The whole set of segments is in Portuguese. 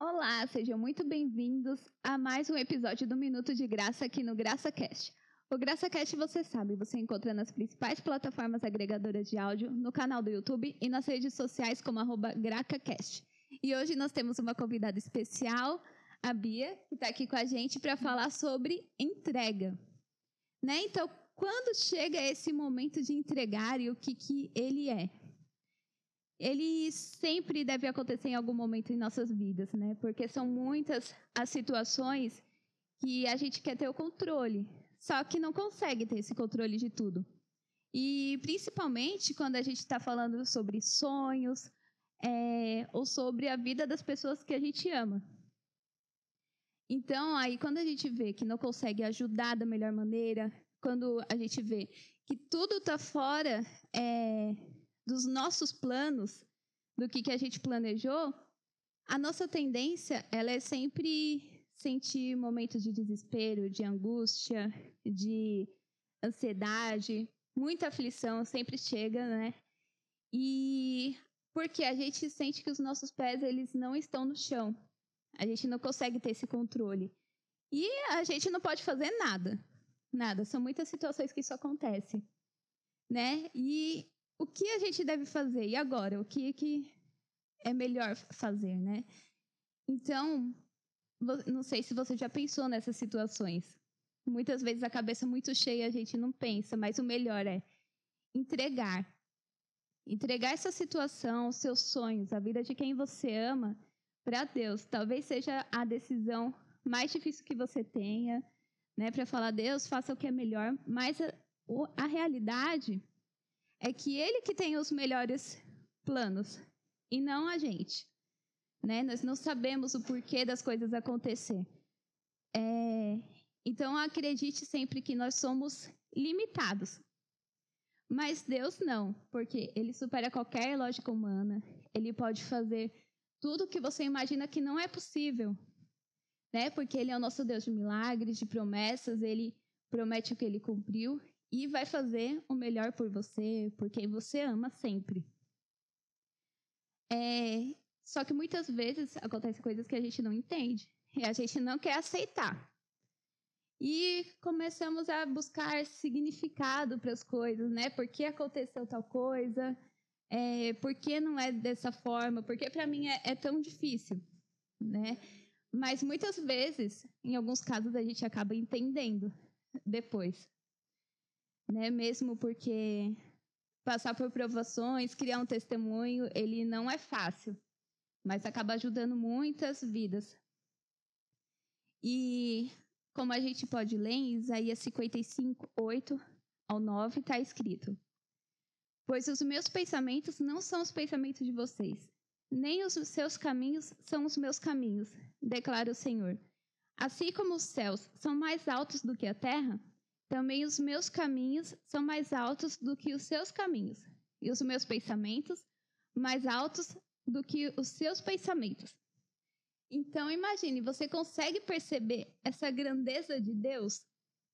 Olá, sejam muito bem-vindos a mais um episódio do Minuto de Graça aqui no GraçaCast. O GraçaCast, você sabe, você encontra nas principais plataformas agregadoras de áudio, no canal do YouTube e nas redes sociais como @GracaCast. E hoje nós temos uma convidada especial, a Bia, que está aqui com a gente para falar sobre entrega. Então, quando chega esse momento de entregar e o que ele é? Ele sempre deve acontecer em algum momento em nossas vidas, Porque são muitas as situações que a gente quer ter o controle, só que não consegue ter esse controle de tudo. E principalmente quando a gente está falando sobre sonhos, ou sobre a vida das pessoas que a gente ama. Então, aí quando a gente vê que não consegue ajudar da melhor maneira, quando a gente vê que tudo está fora dos nossos planos, do que a gente planejou, a nossa tendência ela é sempre sentir momentos de desespero, de angústia, de ansiedade, muita aflição sempre chega, E porque a gente sente que os nossos pés eles não estão no chão. A gente não consegue ter esse controle. E a gente não pode fazer nada. Nada. São muitas situações que isso acontece. E o que a gente deve fazer? E agora? O que é melhor fazer, Então, não sei se você já pensou nessas situações. Muitas vezes a cabeça muito cheia a gente não pensa, mas o melhor é entregar. Entregar essa situação, os seus sonhos, a vida de quem você ama para Deus. Talvez seja a decisão mais difícil que você tenha, Para falar, Deus, faça o que é melhor. Mas a realidade é que Ele que tem os melhores planos e não a gente. Nós não sabemos o porquê das coisas acontecer. Então, acredite sempre que nós somos limitados. Mas Deus não, porque Ele supera qualquer lógica humana. Ele pode fazer tudo o que você imagina que não é possível. Porque Ele é o nosso Deus de milagres, de promessas. Ele promete o que Ele cumpriu e vai fazer o melhor por você, por quem você ama sempre. Só que muitas vezes acontecem coisas que a gente não entende e a gente não quer aceitar. E começamos a buscar significado para as coisas, Por que aconteceu tal coisa? Por que não é dessa forma? Porque para mim é tão difícil, Mas muitas vezes, em alguns casos, a gente acaba entendendo depois, Mesmo porque passar por provações, criar um testemunho, ele não é fácil, mas acaba ajudando muitas vidas. E como a gente pode ler em Isaías 55, 8-9, está escrito: Pois os meus pensamentos não são os pensamentos de vocês, nem os seus caminhos são os meus caminhos, declara o Senhor. Assim como os céus são mais altos do que a terra, também os meus caminhos são mais altos do que os seus caminhos, e os meus pensamentos mais altos do que os seus pensamentos. Então, imagine, você consegue perceber essa grandeza de Deus?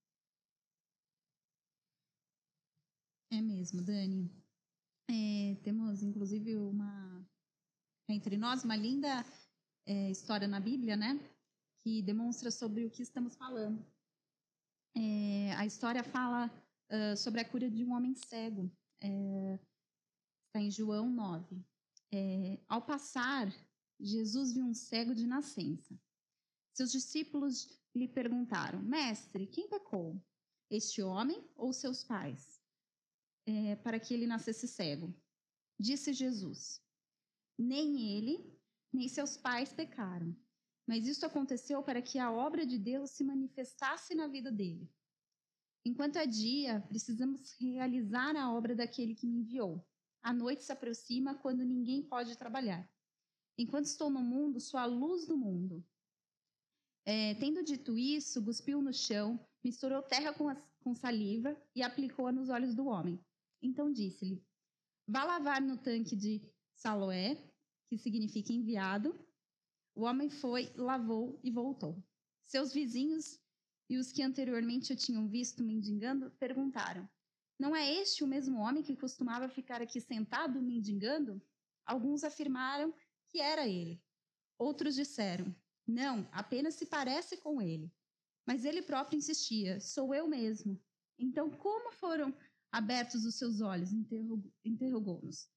É mesmo, Dani. Temos, inclusive, entre nós, uma linda história na Bíblia, Que demonstra sobre o que estamos falando. A história fala sobre a cura de um homem cego. Está em João 9. Ao passar, Jesus viu um cego de nascença. Seus discípulos lhe perguntaram: Mestre, quem pecou? Este homem ou seus pais? Para que ele nascesse cego. Disse Jesus: Nem ele, nem seus pais pecaram. Mas isso aconteceu para que a obra de Deus se manifestasse na vida dele. Enquanto é dia, precisamos realizar a obra daquele que me enviou. A noite se aproxima quando ninguém pode trabalhar. Enquanto estou no mundo, sou a luz do mundo. Tendo dito isso, cuspiu no chão, misturou terra com saliva e aplicou-a nos olhos do homem. Então disse-lhe: Vá lavar no tanque de Siloé, que significa enviado. O homem foi, lavou e voltou. Seus vizinhos e os que anteriormente o tinham visto mendigando perguntaram: Não é este o mesmo homem que costumava ficar aqui sentado mendigando? Alguns afirmaram que era ele. Outros disseram: não, apenas se parece com ele. Mas ele próprio insistia: sou eu mesmo. Então, como foram abertos os seus olhos? Interrogou-nos.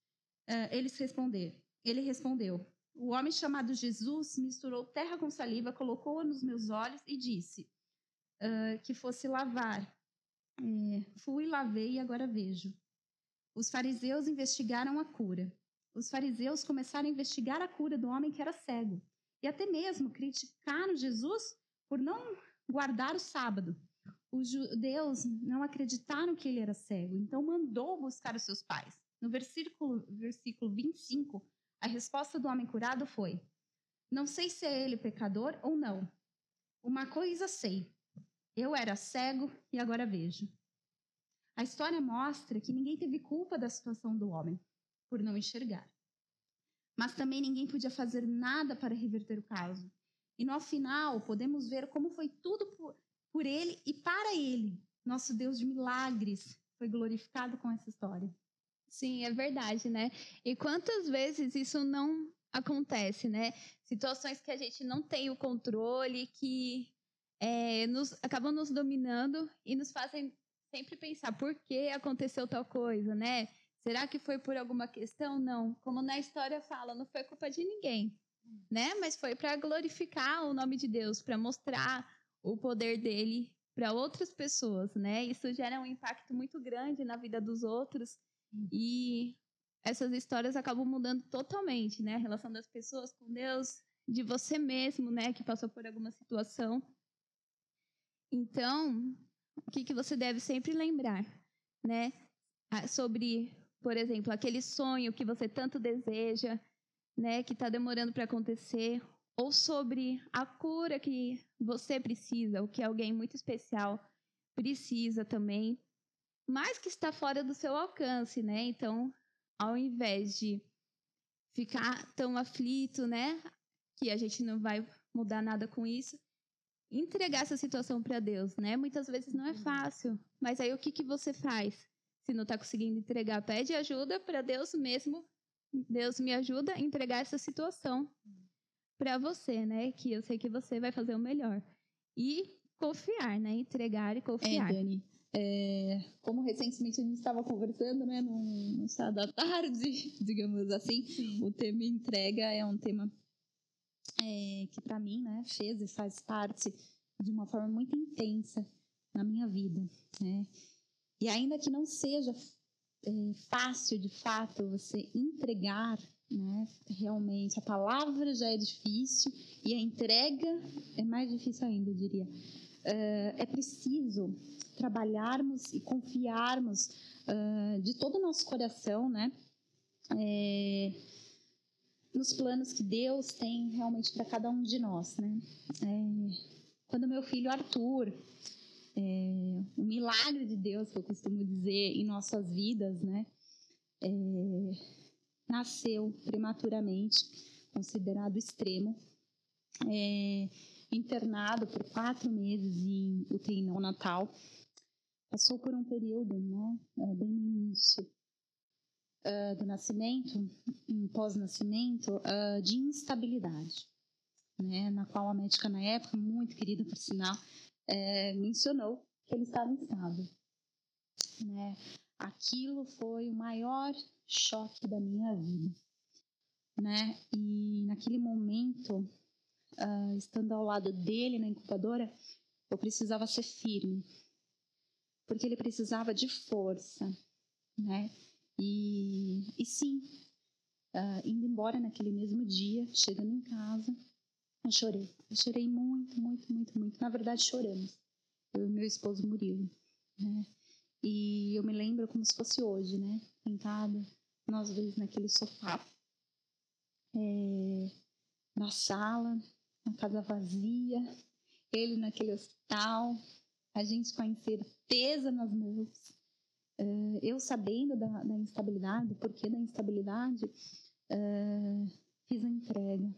Ele respondeu: o homem chamado Jesus misturou terra com saliva, colocou-a nos meus olhos e disse que fosse lavar. Fui, lavei e agora vejo. Os fariseus investigaram a cura. Os fariseus começaram a investigar a cura do homem que era cego. E até mesmo criticaram Jesus por não guardar o sábado. Os judeus não acreditaram que ele era cego, então mandou buscar os seus pais. No versículo 25, a resposta do homem curado foi: não sei se é ele pecador ou não. Uma coisa sei, eu era cego e agora vejo. A história mostra que ninguém teve culpa da situação do homem por não enxergar. Mas também ninguém podia fazer nada para reverter o caso. E no final, podemos ver como foi tudo por ele e para ele. Nosso Deus de milagres foi glorificado com essa história. Sim, é verdade, né? E quantas vezes isso não acontece, né? Situações que a gente não tem o controle, que acabam nos dominando e nos fazem sempre pensar por que aconteceu tal coisa, né? Será que foi por alguma questão? Não. Como na história fala, não foi culpa de ninguém, né? Mas foi para glorificar o nome de Deus, para mostrar o poder dele para outras pessoas, né? Isso gera um impacto muito grande na vida dos outros e essas histórias acabam mudando totalmente, né? A relação das pessoas com Deus, de você mesmo, né? Que passou por alguma situação. Então, o que você deve sempre lembrar, né? Sobre, por exemplo, aquele sonho que você tanto deseja, né? Que está demorando para acontecer. Ou sobre a cura que você precisa, ou que alguém muito especial precisa também. Mas que está fora do seu alcance, né? Então, ao invés de ficar tão aflito, né? Que a gente não vai mudar nada com isso, entregar essa situação para Deus, né? Muitas vezes não é fácil, mas aí o que você faz? Se não está conseguindo entregar, pede ajuda para Deus mesmo. Deus me ajuda a entregar essa situação para você, né? Que eu sei que você vai fazer o melhor. E confiar, né? Entregar e confiar. Dani, como recentemente a gente estava conversando, né? No chá da tarde, digamos assim, sim, o tema entrega é um tema que para mim, né, fez e faz parte de uma forma muito intensa na minha vida, né? E ainda que não seja fácil, de fato, você entregar, né, realmente, a palavra já é difícil e a entrega é mais difícil ainda, eu diria. É preciso trabalharmos e confiarmos de todo o nosso coração, né, nos planos que Deus tem realmente para cada um de nós, né? Quando meu filho Arthur, o milagre de Deus, que eu costumo dizer, em nossas vidas, né? Nasceu prematuramente, considerado extremo, internado por 4 meses em UTI neonatal, passou por um período, né, bem no início do nascimento, em pós-nascimento, de instabilidade, né, na qual a médica na época, muito querida por sinal, mencionou que ele estava instável, né? Aquilo foi o maior choque da minha vida, né? E naquele momento, estando ao lado dele na incubadora, eu precisava ser firme, porque ele precisava de força, né? E sim, indo embora naquele mesmo dia, chegando em casa, eu chorei muito, muito, muito, muito. Na verdade, choramos, eu e meu esposo Murilo, né? E eu me lembro como se fosse hoje, né? Sentada, nós dois naquele sofá, na sala, na casa vazia, ele naquele hospital, a gente com a incerteza nas mãos, eu sabendo da instabilidade, porque da instabilidade, fiz a entrega.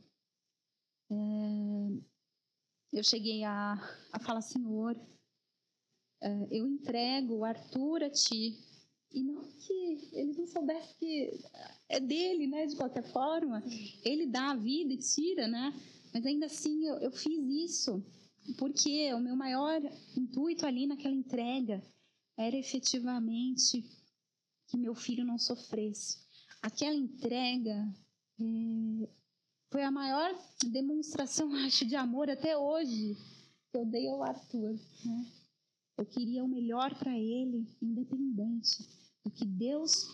Eu cheguei a falar: Senhor, eu entrego o Arthur a Ti, E não que ele não soubesse que é dele, né? De qualquer forma. Ele dá a vida e tira, né? Mas ainda assim eu fiz isso. Porque o meu maior intuito ali naquela entrega era efetivamente que meu filho não sofresse. Aquela entrega foi a maior demonstração, acho, de amor até hoje que eu dei ao Arthur, né? Eu queria o melhor para ele, independente do que Deus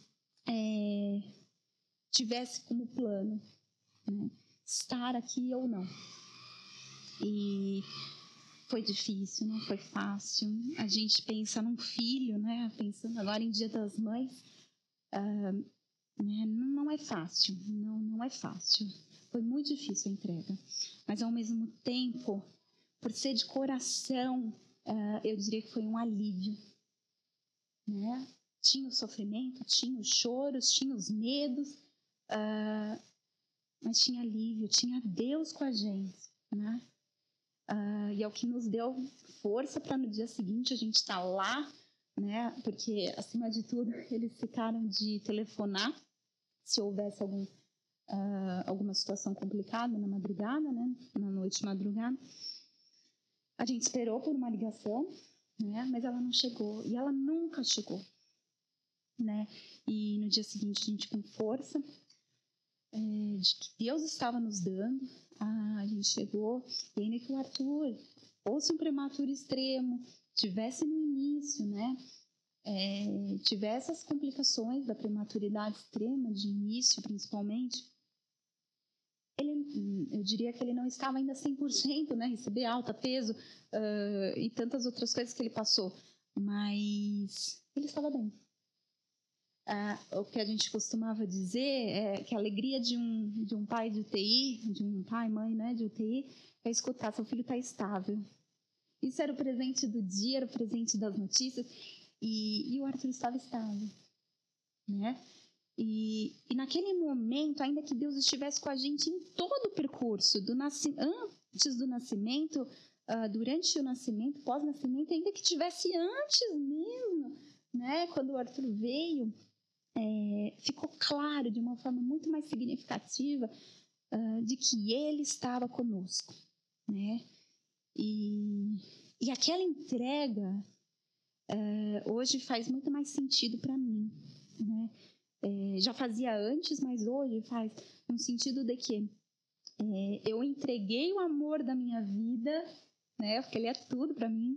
tivesse como plano, né? Estar aqui ou não. E foi difícil, não foi fácil. A gente pensa num filho, né? Pensando agora em Dia das Mães, né? Não é fácil, não é fácil. Foi muito difícil a entrega, mas ao mesmo tempo, por ser de coração, eu diria que foi um alívio, né? Tinha o sofrimento, tinha os choros, tinha os medos, mas tinha alívio, tinha Deus com a gente, né? E é o que nos deu força para no dia seguinte a gente estar lá, né? Porque, acima de tudo, eles ficaram de telefonar se houvesse alguma situação complicada na madrugada, né? Na noite de madrugada. A gente esperou por uma ligação, né? Mas ela não chegou. E ela nunca chegou, né? E no dia seguinte a gente com força de que Deus estava nos dando, a gente chegou. E ainda que o Arthur fosse um prematuro extremo, tivesse no início, né? Tivesse as complicações da prematuridade extrema, de início principalmente, eu diria que ele não estava ainda 100%, né? Receber alta, peso e tantas outras coisas que ele passou. Mas ele estava bem. O que a gente costumava dizer é que a alegria de um pai de UTI, de um pai, mãe, né, de UTI, é escutar: seu filho está estável. Isso era o presente do dia, era o presente das notícias. E o Arthur estava estável, né? E naquele momento, ainda que Deus estivesse com a gente em todo o percurso, antes do nascimento, durante o nascimento, pós-nascimento, ainda que tivesse antes mesmo, né? Quando o Arthur veio, ficou claro de uma forma muito mais significativa de que Ele estava conosco, né? E aquela entrega hoje faz muito mais sentido para mim, né? Já fazia antes, mas hoje faz no sentido de que eu entreguei o amor da minha vida, né? Porque Ele é tudo para mim.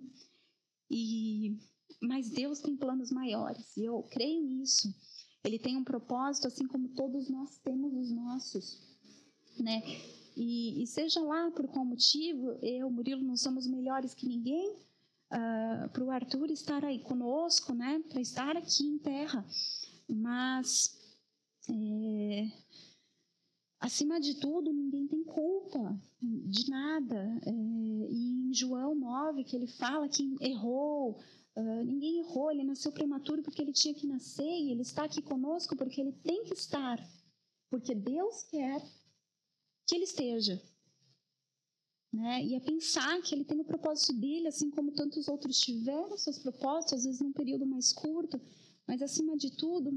Mas Deus tem planos maiores, e eu creio nisso. Ele tem um propósito, assim como todos nós temos os nossos, né? E seja lá por qual motivo, eu, Murilo, não somos melhores que ninguém para o Arthur estar aí conosco, né? Para estar aqui em terra. Mas, acima de tudo, ninguém tem culpa de nada. E em João 9, que ele fala que errou, ninguém errou, ele nasceu prematuro porque ele tinha que nascer, e ele está aqui conosco porque ele tem que estar, porque Deus quer que ele esteja. Né? E é pensar que ele tem o propósito dele, assim como tantos outros tiveram seus propósitos, às vezes num período mais curto, mas acima de tudo,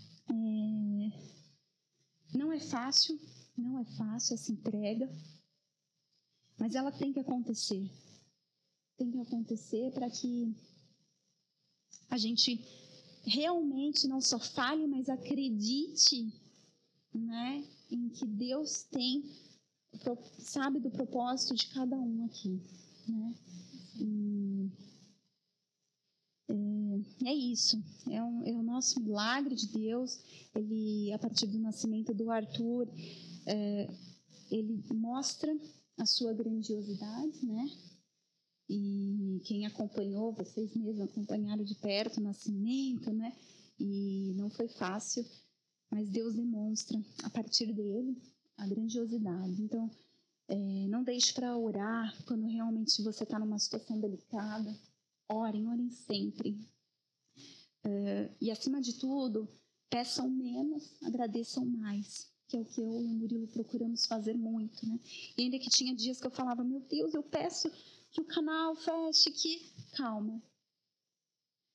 não é fácil essa entrega, mas ela tem que acontecer. Tem que acontecer para que a gente realmente não só fale, mas acredite, né, em que Deus sabe do propósito de cada um aqui, né? É isso, é o nosso milagre de Deus. Ele, a partir do nascimento do Arthur, ele mostra a sua grandiosidade, né? E quem acompanhou, vocês mesmos acompanharam de perto o nascimento, né? E não foi fácil, mas Deus demonstra a partir dele a grandiosidade. Então, não deixe para orar quando realmente você está numa situação delicada. Orem sempre. E, acima de tudo, peçam menos, agradeçam mais, que é o que eu e o Murilo procuramos fazer muito, né? E ainda que tinha dias que eu falava: meu Deus, eu peço que o canal feche, que... Calma.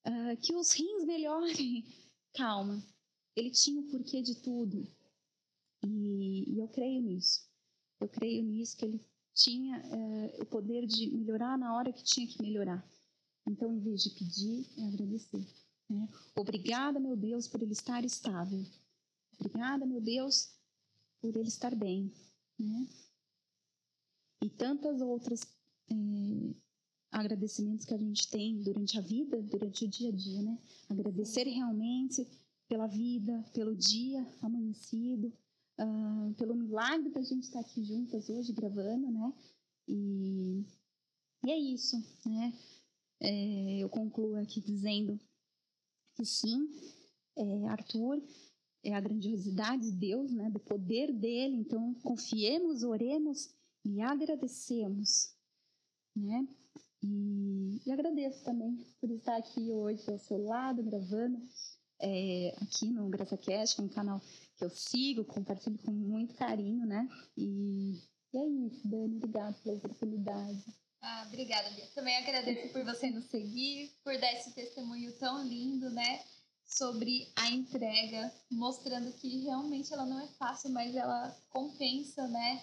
que os rins melhorem. Calma, ele tinha o porquê de tudo. E eu creio nisso. Eu creio nisso, que ele tinha o poder de melhorar na hora que tinha que melhorar. Então, em vez de pedir, é agradecer. Né? Obrigada, meu Deus, por ele estar estável. Obrigada, meu Deus, por ele estar bem. Né? E tantas outras agradecimentos que a gente tem durante a vida, durante o dia a dia. Né? Agradecer realmente pela vida, pelo dia amanhecido, pelo milagre da gente estar aqui juntas hoje gravando, né? E é isso, né? Eu concluo aqui dizendo que sim, Arthur é a grandiosidade de Deus, né? Do poder dele. Então, confiemos, oremos e agradecemos, né? E agradeço também por estar aqui hoje ao seu lado, gravando aqui no GraçaCast, um canal que eu sigo, compartilho com muito carinho, né? E é isso, Dani, obrigada pela oportunidade. Obrigada, Bia. Também agradeço por você nos seguir, por dar esse testemunho tão lindo, né? Sobre a entrega, mostrando que realmente ela não é fácil, mas ela compensa, né?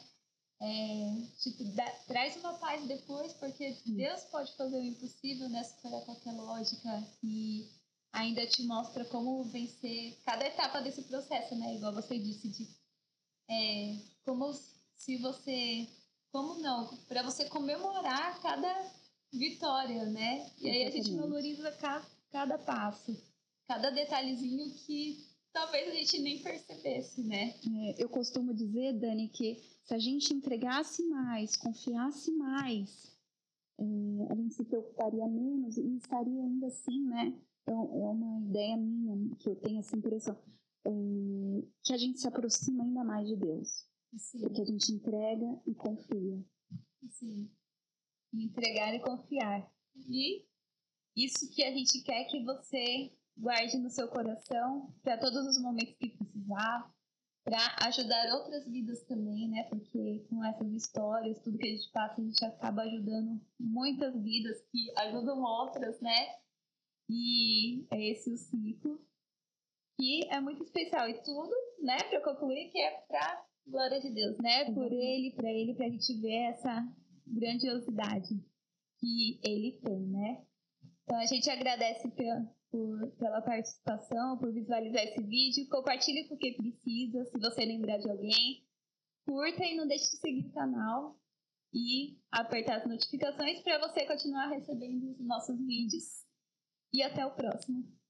Traz uma paz depois, porque Deus pode fazer o impossível, né? Superar qualquer lógica, e ainda te mostra como vencer cada etapa desse processo, né? Igual você disse, para você comemorar cada vitória, né? E aí a gente valoriza cada passo, cada detalhezinho que talvez a gente nem percebesse, né? Eu costumo dizer, Dani, que se a gente entregasse mais, confiasse mais, a gente se preocuparia menos e estaria ainda assim, né? Então, é uma ideia minha, que eu tenho essa impressão, que a gente se aproxima ainda mais de Deus. Sim. Porque a gente entrega e confia. Sim. Entregar e confiar. E isso que a gente quer que você guarde no seu coração para todos os momentos que precisar, para ajudar outras vidas também, né? Porque com essas histórias, tudo que a gente passa, a gente acaba ajudando muitas vidas que ajudam outras, né? E é esse o ciclo, que é muito especial. E tudo, né, para concluir, que é para glória de Deus, né? Por ele, para a gente ver essa grandiosidade que ele tem, né? Então a gente agradece pela participação, por visualizar esse vídeo. Compartilhe com quem precisa, se você lembrar de alguém. Curta e não deixe de seguir o canal e apertar as notificações para você continuar recebendo os nossos vídeos. E até o próximo.